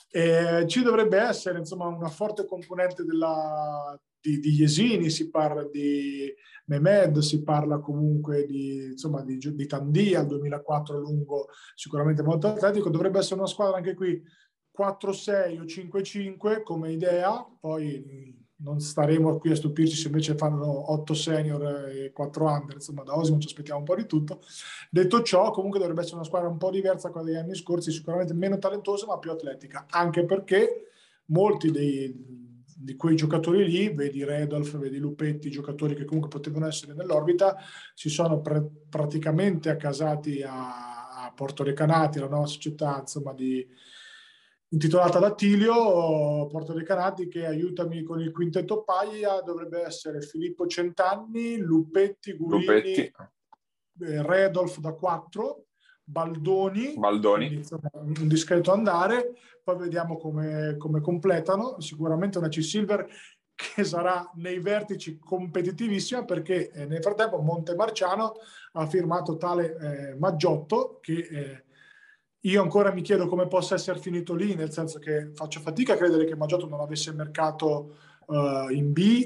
E ci dovrebbe essere insomma una forte componente della, di, di Jesini, si parla di Mehmed, si parla comunque di, insomma, di, di Tandia, al duemilaquattro lungo, sicuramente molto atletico. Dovrebbe essere una squadra anche qui quattro sei o cinque cinque come idea, poi non staremo qui a stupirci se invece fanno otto senior e quattro under, insomma da Osimo ci aspettiamo un po' di tutto. Detto ciò, comunque dovrebbe essere una squadra un po' diversa da quella degli anni scorsi, sicuramente meno talentosa ma più atletica, anche perché molti dei, di quei giocatori lì, vedi Redolf, vedi Lupetti, giocatori che comunque potevano essere nell'orbita, si sono pre- praticamente accasati a, a Porto Recanati, la nuova società insomma di intitolata da Attilio, Porto Recanati, che aiutami con il quintetto Paglia, dovrebbe essere Filippo Centanni, Lupetti, Gurini, Lupetti, eh, Redolf da quattro, Baldoni, Baldoni. quindi, insomma, un discreto andare, poi vediamo come, come completano. Sicuramente una C-Silver che sarà nei vertici competitivissima, perché eh, nel frattempo Montemarciano ha firmato tale eh, Maggiotto che... Eh, io ancora mi chiedo come possa essere finito lì, nel senso che faccio fatica a credere che Maggiotto non avesse mercato uh, in B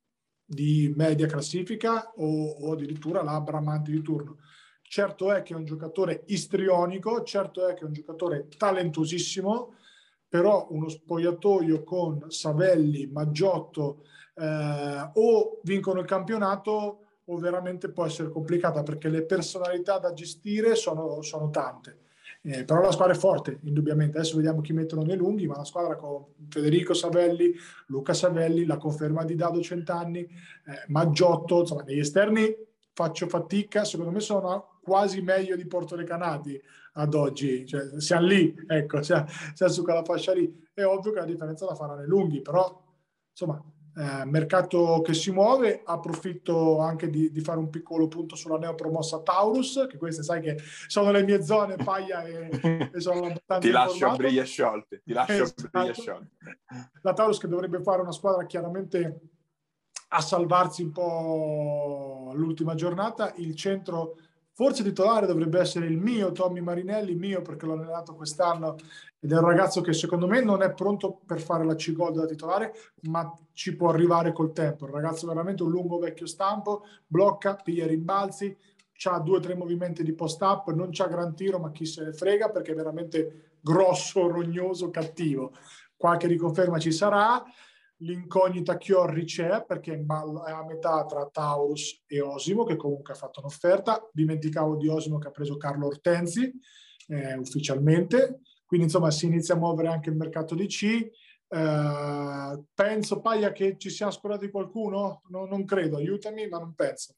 di media classifica o, o addirittura la Bramante di turno. Certo è che è un giocatore istrionico, certo è che è un giocatore talentosissimo, però uno spogliatoio con Savelli, Maggiotto eh, o vincono il campionato o veramente può essere complicata, perché le personalità da gestire sono, sono tante. Eh, però la squadra è forte, indubbiamente. Adesso vediamo chi mettono nei lunghi, ma la squadra con Federico Savelli, Luca Savelli, la conferma di Dado Centanni, eh, Maggiotto, insomma, negli esterni faccio fatica, secondo me sono quasi meglio di Porto Recanati ad oggi, cioè, siamo lì, ecco, siamo, siamo su quella fascia lì. È ovvio che la differenza la farà nei lunghi, però insomma, eh, mercato che si muove. Approfitto anche di, di fare un piccolo punto sulla neopromossa Taurus, che queste sai che sono le mie zone, Paglia, e, e sono abbastanza ti lascio informato. a briglie sciolte, ti lascio Esatto. a briglie sciolte. La Taurus che dovrebbe fare una squadra chiaramente a salvarsi un po' l'ultima giornata. Il centro forse titolare dovrebbe essere il mio Tommy Marinelli, mio perché l'ho allenato quest'anno, ed è un ragazzo che secondo me non è pronto per fare la C-Gold da titolare, ma ci può arrivare col tempo. Il ragazzo è veramente un lungo vecchio stampo, blocca, piglia rimbalzi, c'ha due o tre movimenti di post-up, non c'ha gran tiro, ma chi se ne frega, perché è veramente grosso, rognoso, cattivo. Qualche riconferma ci sarà. L'incognita Chiorri c'è, perché è, in ballo, è a metà tra Taurus e Osimo, che comunque ha fatto un'offerta. Dimenticavo di Osimo che ha preso Carlo Ortenzi eh, ufficialmente, quindi insomma si inizia a muovere anche il mercato di C. Eh, penso, Paglia, che ci sia scordato di qualcuno? No, non credo, aiutami, ma non penso.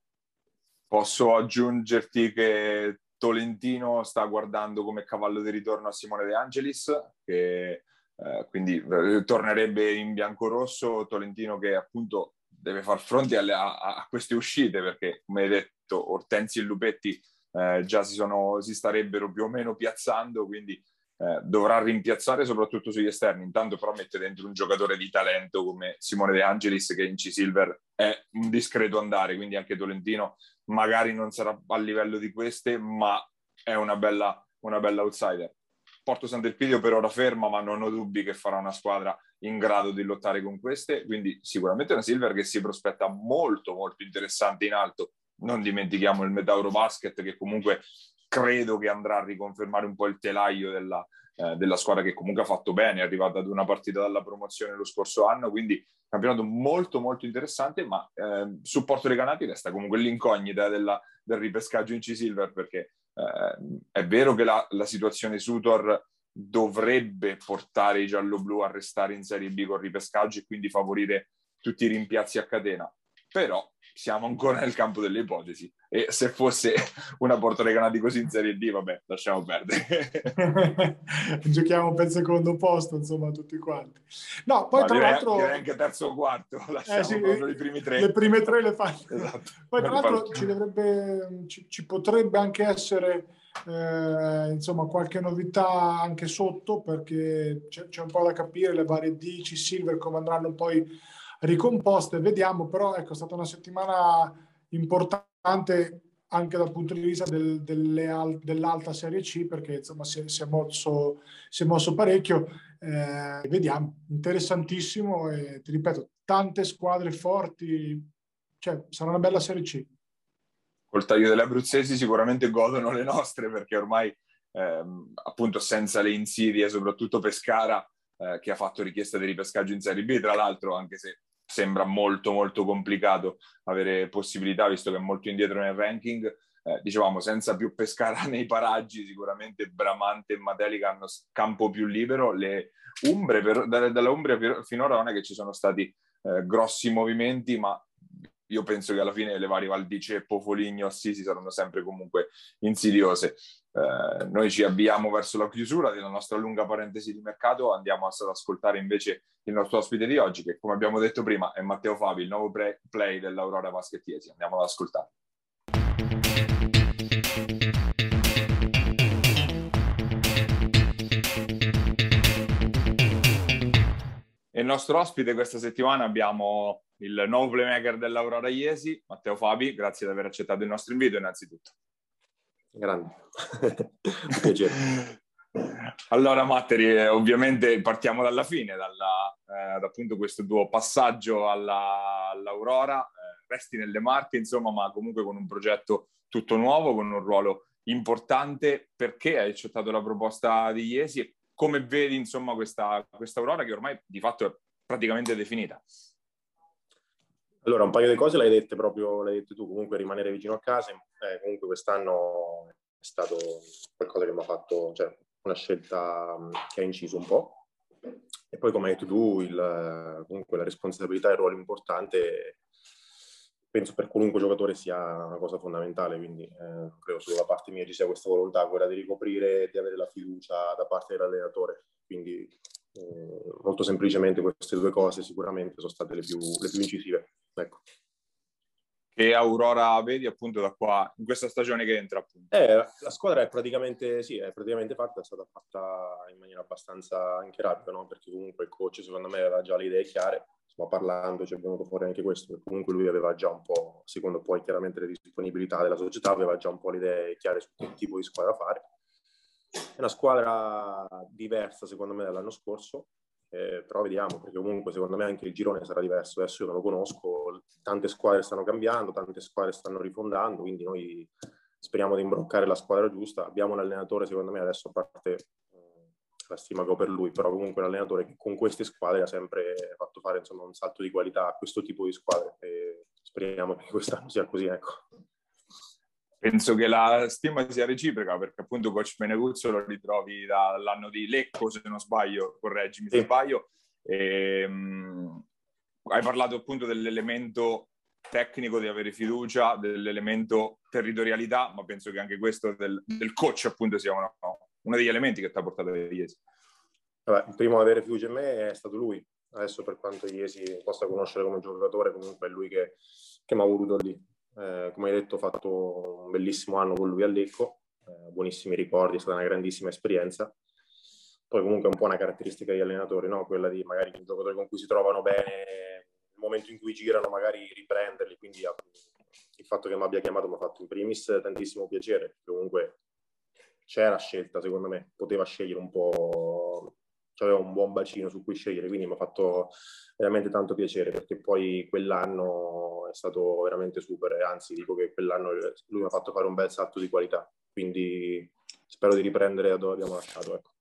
Posso aggiungerti che Tolentino sta guardando come cavallo di ritorno a Simone De Angelis, che eh, quindi eh, tornerebbe in biancorosso. Tolentino che appunto deve far fronte alle, a, a queste uscite, perché come hai detto Ortenzi e Lupetti eh, già si, sono, si starebbero più o meno piazzando, quindi eh, dovrà rimpiazzare soprattutto sugli esterni. Intanto però mette dentro un giocatore di talento come Simone De Angelis, che in C-Silver è un discreto andare, quindi anche Tolentino magari non sarà a livello di queste, ma è una bella, una bella outsider. Porto Sant'Elpidio per ora ferma, ma non ho dubbi che farà una squadra in grado di lottare con queste, quindi sicuramente una Silver che si prospetta molto molto interessante in alto. Non dimentichiamo il Metauro Basket, che comunque credo che andrà a riconfermare un po' il telaio della, eh, della squadra, che comunque ha fatto bene, è arrivata ad una partita dalla promozione lo scorso anno, quindi campionato molto molto interessante, ma eh, su Porto Recanati resta comunque l'incognita della, del ripescaggio in C-Silver, perché eh, è vero che la, la situazione Sutor dovrebbe portare i gialloblu a restare in Serie B con ripescaggio e quindi favorire tutti i rimpiazzi a catena, però siamo ancora nel campo delle ipotesi, e se fosse una Porto Recanati così in Serie D, vabbè, lasciamo perdere. Giochiamo per il secondo posto, insomma, tutti quanti. No, poi Ma tra direi, l'altro... direi anche terzo o quarto, lasciamo eh sì, proprio i primi tre. le prime tre le fanno. Esatto. Poi tra l'altro ci, dovrebbe, ci, ci potrebbe anche essere eh, insomma qualche novità anche sotto, perché c'è, c'è un po' da capire le varie D C Silver come andranno poi ricomposte, vediamo. Però ecco, è stata una settimana importante anche dal punto di vista del, delle, dell'alta Serie C, perché insomma si è, si è, mosso, si è mosso parecchio. Eh, vediamo, interessantissimo, e ti ripeto, tante squadre forti, cioè sarà una bella Serie C. Col taglio delle abruzzesi sicuramente godono le nostre, perché ormai ehm, appunto senza le insidie, soprattutto Pescara, eh, che ha fatto richiesta di ripescaggio in Serie B, tra l'altro, anche se sembra molto molto complicato avere possibilità, visto che è molto indietro nel ranking. Eh, dicevamo, senza più Pescara nei paraggi, sicuramente Bramante e Matelica hanno campo più libero. Le Umbre, per, dalla Umbria finora non è che ci sono stati eh, grossi movimenti, ma io penso che alla fine le varie Val di Ceppo, Foligno, Assisi saranno sempre comunque insidiose. Eh, noi ci avviamo verso la chiusura della nostra lunga parentesi di mercato, andiamo ad ascoltare invece il nostro ospite di oggi, che come abbiamo detto prima è Matteo Fabi, il nuovo pre- play dell'Aurora Basket Chiesi. Andiamo ad ascoltare. E il nostro ospite questa settimana abbiamo il nuovo playmaker dell'Aurora Iesi, Matteo Fabi. Grazie di aver accettato il nostro invito innanzitutto. Grande, un piacere. Allora Matteri, eh, ovviamente partiamo dalla fine, dalla, eh, da appunto questo tuo passaggio alla, all'Aurora, eh, resti nelle Marche insomma, ma comunque con un progetto tutto nuovo, con un ruolo importante. Perché hai accettato la proposta di Iesi e come vedi insomma questa, questa Aurora che ormai di fatto è praticamente definita? Allora, un paio di cose l'hai dette proprio, l'hai dette tu, comunque rimanere vicino a casa, eh, comunque quest'anno è stato qualcosa che mi ha fatto, cioè una scelta che ha inciso un po', e poi come hai detto tu, il, comunque la responsabilità e il ruolo importante penso per qualunque giocatore sia una cosa fondamentale, quindi eh, credo solo da parte mia ci sia questa volontà, quella di ricoprire, di avere la fiducia da parte dell'allenatore, quindi eh, molto semplicemente queste due cose sicuramente sono state le più, le più incisive. Ecco. Che Aurora vedi appunto da qua, in questa stagione che entra appunto? Eh, la squadra è praticamente, sì, è praticamente fatta, è stata fatta in maniera abbastanza anche rapida, no? Perché comunque il coach secondo me aveva già le idee chiare, insomma parlando ci è venuto fuori anche questo, perché comunque lui aveva già un po', secondo poi chiaramente le disponibilità della società, aveva già un po' le idee chiare su che tipo di squadra fare. È una squadra diversa secondo me dall'anno scorso, eh, però vediamo, perché comunque secondo me anche il girone sarà diverso, adesso io non lo conosco, tante squadre stanno cambiando, tante squadre stanno rifondando, quindi noi speriamo di imbroccare la squadra giusta. Abbiamo un allenatore secondo me adesso, a parte eh, la stima che ho per lui, però comunque un allenatore che con queste squadre ha sempre fatto fare insomma un salto di qualità a questo tipo di squadre, e speriamo che quest'anno sia così, ecco. Penso che la stima sia reciproca, perché appunto coach Meneguzzo lo ritrovi dall'anno di Lecco, se non sbaglio, correggimi se sì. sbaglio. E, um, hai parlato appunto dell'elemento tecnico di avere fiducia, dell'elemento territorialità, ma penso che anche questo del, del coach appunto sia uno, uno degli elementi che ti ha portato a Iesi. Vabbè, il primo ad avere fiducia in me è stato lui. Adesso per quanto Iesi possa conoscere come giocatore, comunque è lui che, che mi ha voluto lì. Eh, come hai detto, ho fatto un bellissimo anno con lui a Lecco, eh, buonissimi ricordi, è stata una grandissima esperienza. Poi comunque è un po' una caratteristica degli allenatori, no? Quella di magari i giocatori con cui si trovano bene, nel momento in cui girano magari riprenderli, quindi il fatto che mi abbia chiamato mi ha fatto in primis tantissimo piacere, comunque c'era scelta secondo me, poteva scegliere un po', c'aveva un buon bacino su cui scegliere, quindi mi ha fatto veramente tanto piacere, perché poi quell'anno è stato veramente super, anzi dico che quell'anno lui mi ha fatto fare un bel salto di qualità, quindi spero di riprendere da dove abbiamo lasciato, ecco.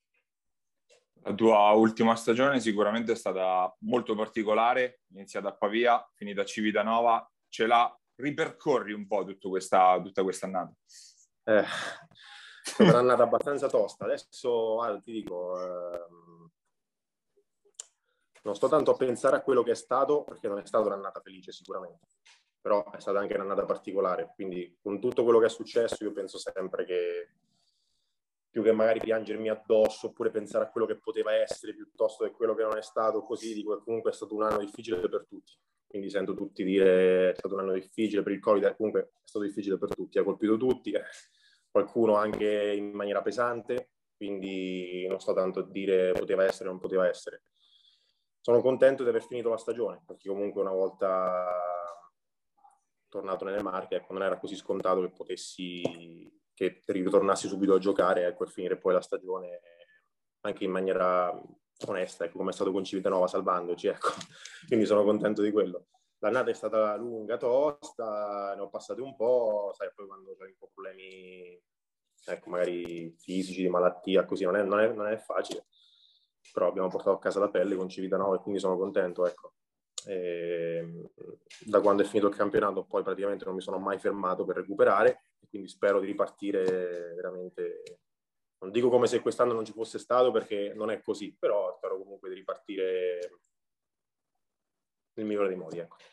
La tua ultima stagione sicuramente è stata molto particolare, iniziata a Pavia, finita a Civitanova, ce la ripercorri un po' tutta questa, tutta questa annata? Eh, è stata un'annata abbastanza tosta, adesso ah, ti dico, ehm, non sto tanto a pensare a quello che è stato, perché non è stata un'annata felice sicuramente, però è stata anche un'annata particolare, quindi con tutto quello che è successo io penso sempre che più che magari piangermi addosso oppure pensare a quello che poteva essere piuttosto che quello che non è stato, così dico che comunque è stato un anno difficile per tutti, quindi sento tutti dire è stato un anno difficile per il Covid, comunque è stato difficile per tutti, ha colpito tutti, eh. Qualcuno anche in maniera pesante, quindi non sto tanto a dire poteva essere o non poteva essere. Sono contento di aver finito la stagione, perché comunque una volta tornato nelle Marche, ecco, non era così scontato che potessi, che ritornassi subito a giocare, ecco, e finire poi la stagione anche in maniera onesta, ecco, come è stato con Civitanova, salvandoci, ecco. Quindi sono contento di quello. L'annata è stata lunga, tosta, ne ho passate un po', sai, poi quando c'hai un po' problemi ecco, magari fisici, di malattia, così, non è, non è, non è facile, però abbiamo portato a casa la pelle con Civitanova e quindi sono contento, ecco. E da quando è finito il campionato poi praticamente non mi sono mai fermato per recuperare e quindi spero di ripartire veramente, non dico come se quest'anno non ci fosse stato perché non è così, però spero comunque di ripartire nel migliore dei modi, ecco.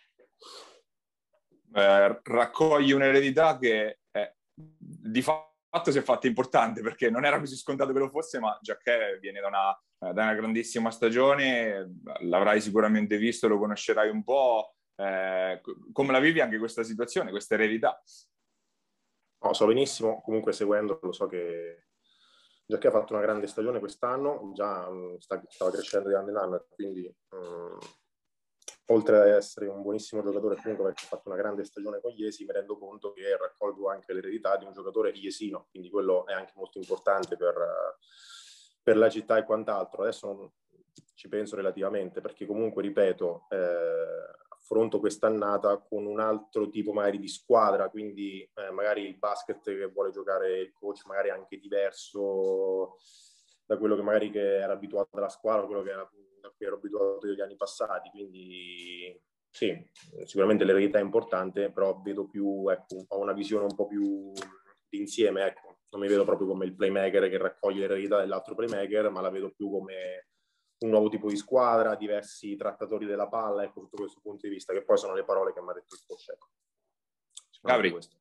Eh, raccogli un'eredità che è, di fatto si è fatta importante perché non era così scontato che lo fosse, ma Giacché viene da una da una grandissima stagione, l'avrai sicuramente visto, lo conoscerai un po', eh, come la vivi anche questa situazione, questa eredità? No, so benissimo, comunque seguendo lo so che Giacché ha fatto una grande stagione quest'anno, già um, sta, stava crescendo di anno in anno, quindi um, oltre ad essere un buonissimo giocatore comunque perché ha fatto una grande stagione con Iesi, mi rendo conto che raccolgo anche l'eredità di un giocatore iesino, quindi quello è anche molto importante per... Uh, per la città e quant'altro. Adesso non ci penso relativamente perché comunque, ripeto, eh, affronto quest'annata con un altro tipo magari di squadra, quindi eh, magari il basket che vuole giocare il coach magari anche diverso da quello che magari che era abituato dalla squadra, quello che era, da cui ero abituato io gli anni passati, quindi sì, sicuramente l'eredità è importante, però vedo più, ecco, ho una visione un po' più d'insieme, ecco. Non mi vedo proprio come il playmaker che raccoglie l'eredità dell'altro playmaker, ma la vedo più come un nuovo tipo di squadra, diversi trattatori della palla, ecco, sotto questo punto di vista, che poi sono le parole che mi ha detto il coach. Ecco. Gabri. Questo.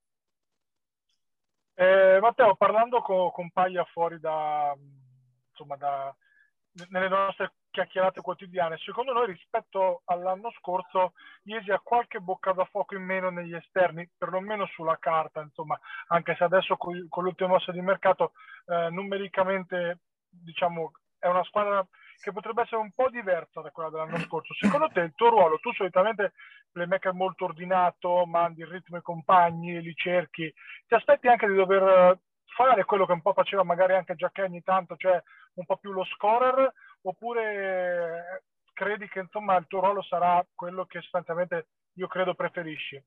Eh, Matteo, parlando con, con Paglia fuori da, insomma, da, nelle nostre chiacchierate quotidiane, secondo noi rispetto all'anno scorso Iesi ha qualche bocca da fuoco in meno negli esterni, perlomeno sulla carta, insomma, anche se adesso con, con l'ultima mossa di mercato eh, numericamente, diciamo, è una squadra che potrebbe essere un po' diversa da quella dell'anno scorso. Secondo te il tuo ruolo, tu solitamente playmaker molto ordinato, mandi il ritmo ai compagni, li cerchi, ti aspetti anche di dover fare quello che un po' faceva magari anche Giacché ogni tanto, cioè un po' più lo scorer, oppure credi che insomma il tuo ruolo sarà quello che sostanzialmente io credo preferisci?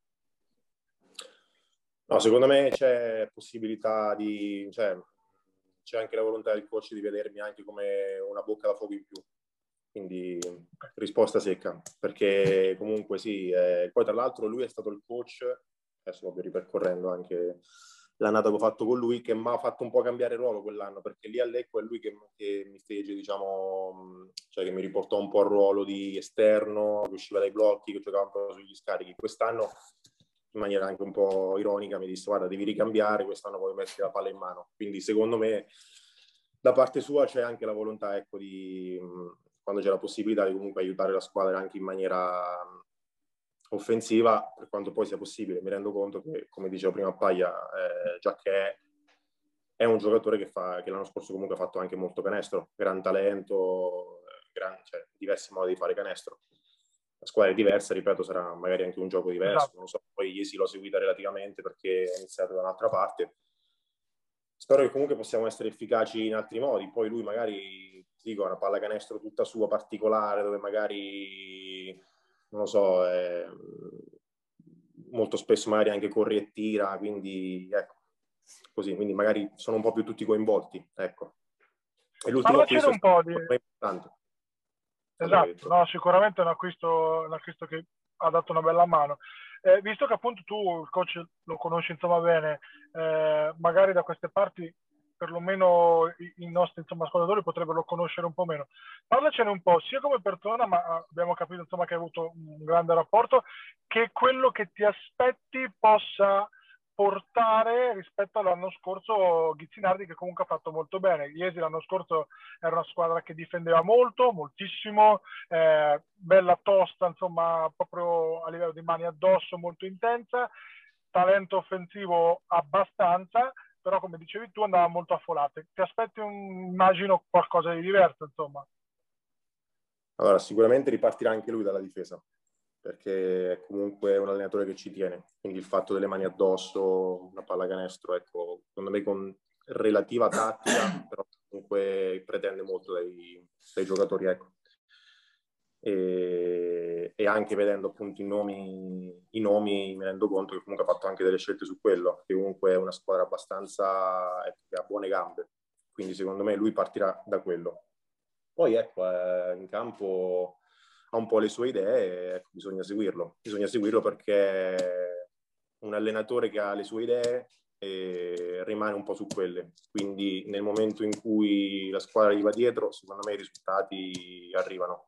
No, secondo me c'è possibilità di, cioè, c'è anche la volontà del coach di vedermi anche come una bocca da fuoco in più, quindi risposta secca, perché comunque sì, eh, poi tra l'altro lui è stato il coach, adesso proprio ripercorrendo anche l'annata che ho fatto con lui, che mi ha fatto un po' cambiare ruolo quell'anno, perché lì a Lecco è lui che, che mi fece, diciamo, cioè che mi riportò un po' al ruolo di esterno, che usciva dai blocchi, che giocava un po' sugli scarichi. Quest'anno, in maniera anche un po' ironica, mi disse: guarda, devi ricambiare, quest'anno puoi mettere la palla in mano. Quindi secondo me da parte sua c'è anche la volontà, ecco, di, quando c'è la possibilità, di comunque aiutare la squadra anche in maniera offensiva, per quanto poi sia possibile. Mi rendo conto che, come dicevo prima a Paglia, eh, Giacché è un giocatore che, fa, che l'anno scorso comunque ha fatto anche molto canestro, gran talento, gran, cioè, diversi modi di fare canestro. La squadra è diversa, ripeto, sarà magari anche un gioco diverso, esatto. Non so, poi Iesi l'ho seguita relativamente perché è iniziato da un'altra parte. Spero che comunque possiamo essere efficaci in altri modi, poi lui magari, dico, ha una pallacanestro tutta sua particolare, dove magari, non lo so, è, molto spesso magari anche corri e tira, quindi ecco, così, quindi magari sono un po' più tutti coinvolti, ecco. E l'ultimo acquisto un po' di... è importante. Esatto, no, sicuramente è un acquisto, un acquisto che ha dato una bella mano. Eh, visto che appunto tu il coach lo conosci insomma bene, eh, magari da queste parti perlomeno i, i nostri insomma ascoltatori potrebbero conoscere un po' meno. Parlacene un po' sia come persona, ma abbiamo capito insomma che hai avuto un grande rapporto, che quello che ti aspetti possa portare rispetto all'anno scorso Ghizzinardi, che comunque ha fatto molto bene. Iesi l'anno scorso era una squadra che difendeva molto, moltissimo, eh, bella tosta, insomma, proprio a livello di mani addosso, molto intensa, talento offensivo abbastanza, però come dicevi tu andava molto a folate. Ti aspetti, un, immagino, qualcosa di diverso, insomma? Allora, sicuramente ripartirà anche lui dalla difesa, perché è comunque un allenatore che ci tiene, quindi il fatto delle mani addosso, una pallacanestro, ecco, secondo me con relativa tattica, però comunque pretende molto dai, dai giocatori, ecco. e, e anche vedendo appunto i nomi, i nomi mi rendo conto che comunque ha fatto anche delle scelte su quello, che comunque è una squadra abbastanza ecco, che ha buone gambe, quindi secondo me lui partirà da quello. Poi ecco, eh, in campo ha un po' le sue idee, ecco, bisogna seguirlo, bisogna seguirlo perché un allenatore che ha le sue idee e rimane un po' su quelle, quindi nel momento in cui la squadra gli va dietro, secondo me i risultati arrivano.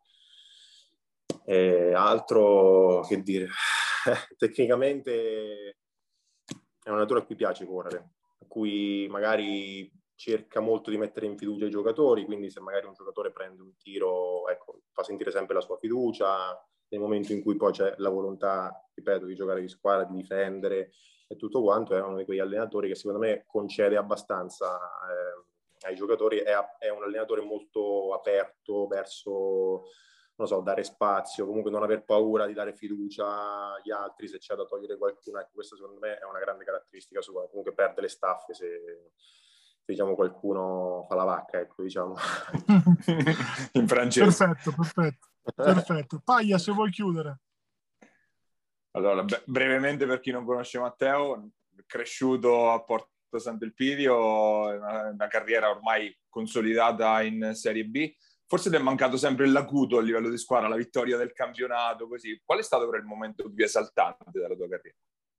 E altro che dire, tecnicamente è un allenatore a cui piace correre, a cui magari cerca molto di mettere in fiducia i giocatori, quindi se magari un giocatore prende un tiro, ecco, fa sentire sempre la sua fiducia, nel momento in cui poi c'è la volontà, ripeto, di giocare di squadra, di difendere e tutto quanto, è uno di quegli allenatori che secondo me concede abbastanza eh, ai giocatori, è, è un allenatore molto aperto verso, non so, dare spazio, comunque non aver paura di dare fiducia agli altri se c'è da togliere qualcuno, ecco, questa secondo me è una grande caratteristica sua, comunque perde le staffe se, se diciamo qualcuno fa la vacca, ecco, diciamo. In francese. Perfetto, perfetto. Perfetto. Paglia, se vuoi chiudere. Allora, be- brevemente per chi non conosce Matteo, cresciuto a Porto Sant'Elpidio, una, una carriera ormai consolidata in Serie B. Forse ti è mancato sempre l'acuto a livello di squadra, la vittoria del campionato, così. Qual è stato però il momento più esaltante della tua carriera?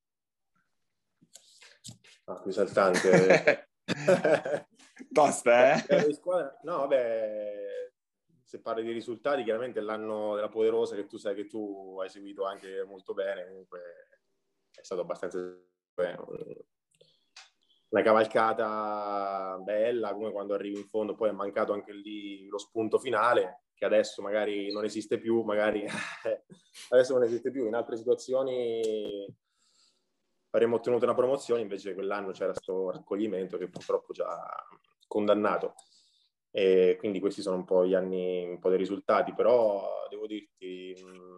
Ah, più esaltante? Tosta, eh? No, vabbè, se parli di risultati, chiaramente l'anno della Poderosa, che tu sai che tu hai seguito anche molto bene, comunque è stato abbastanza una cavalcata bella, come quando arrivi in fondo, poi è mancato anche lì lo spunto finale, che adesso magari non esiste più, magari adesso non esiste più, in altre situazioni avremmo ottenuto una promozione, invece quell'anno c'era questo raccoglimento che purtroppo ci ha condannato. E quindi questi sono un po' gli anni, un po' dei risultati, però devo dirti,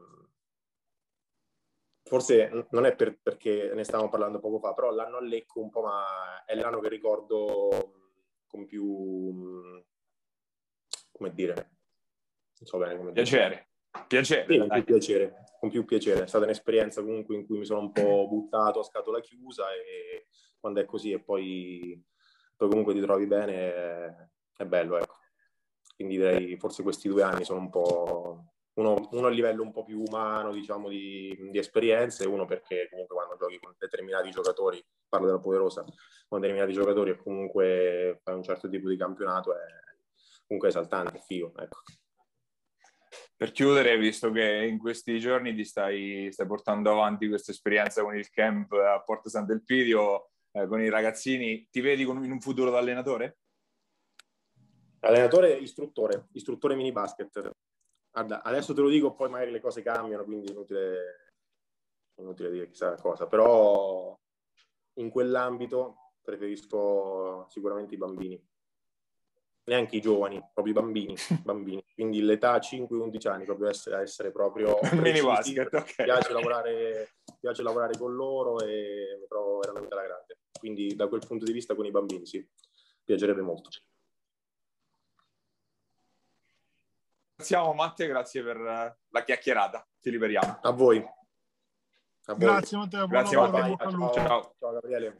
forse non è per, perché ne stavamo parlando poco fa, però l'anno a Lecco un po', ma è l'anno che ricordo con più, come dire, non so bene come dire. Piacere, piacere. Sì, con più piacere, con più piacere. È stata un'esperienza comunque in cui mi sono un po' buttato a scatola chiusa e quando è così e poi, poi comunque ti trovi bene è, è bello, ecco. Quindi direi forse questi due anni sono un po' uno, uno a livello un po' più umano, diciamo, di, di esperienze, e uno perché comunque quando giochi con determinati giocatori, parlo della Poderosa, con determinati giocatori e comunque fai un certo tipo di campionato è comunque esaltante, è figo, ecco. Per chiudere, visto che in questi giorni ti stai, stai portando avanti questa esperienza con il camp a Porto Sant'Elpidio, eh, con i ragazzini, ti vedi con, in un futuro da allenatore? Allenatore, istruttore, istruttore mini basket. Guarda, adesso te lo dico, poi magari le cose cambiano, quindi è inutile, inutile dire chissà cosa, però in quell'ambito preferisco sicuramente i bambini. Neanche i giovani, proprio i bambini, bambini. Quindi l'età cinque undici anni, proprio essere, essere proprio mini basket, ok. Mi piace lavorare, piace lavorare con loro e mi trovo veramente alla grande. Quindi da quel punto di vista con i bambini, sì, piacerebbe molto. Grazie Matteo, grazie per la chiacchierata, ti liberiamo. A voi. A voi. Grazie Matteo, buon grazie lavoro, Matteo. buon Ciao. ciao. Ciao Gabriele.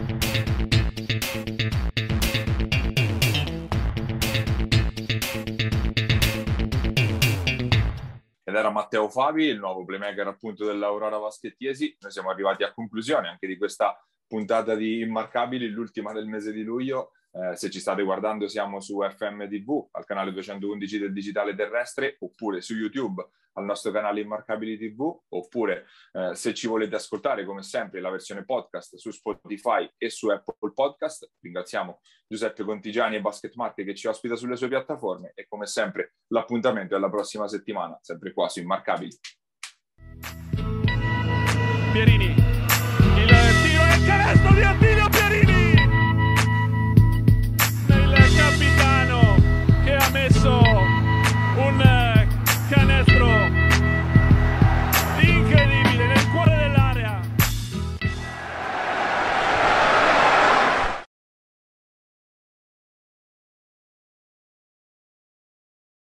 Ed era Matteo Favi, il nuovo playmaker appunto dell'Aurora Vaschettiesi. Noi siamo arrivati a conclusione anche di questa puntata di Immarcabili, l'ultima del mese di luglio. Eh, se ci state guardando siamo su F M T V, al canale duecentoundici del digitale terrestre, oppure su YouTube al nostro canale Immarcabili T V, oppure eh, se ci volete ascoltare come sempre la versione podcast su Spotify e su Apple Podcast. Ringraziamo Giuseppe Contigiani e Basketmarket che ci ospita sulle sue piattaforme e come sempre l'appuntamento è la prossima settimana, sempre qua su Immarcabili. Pierini, il tiro e il canestro di Attila!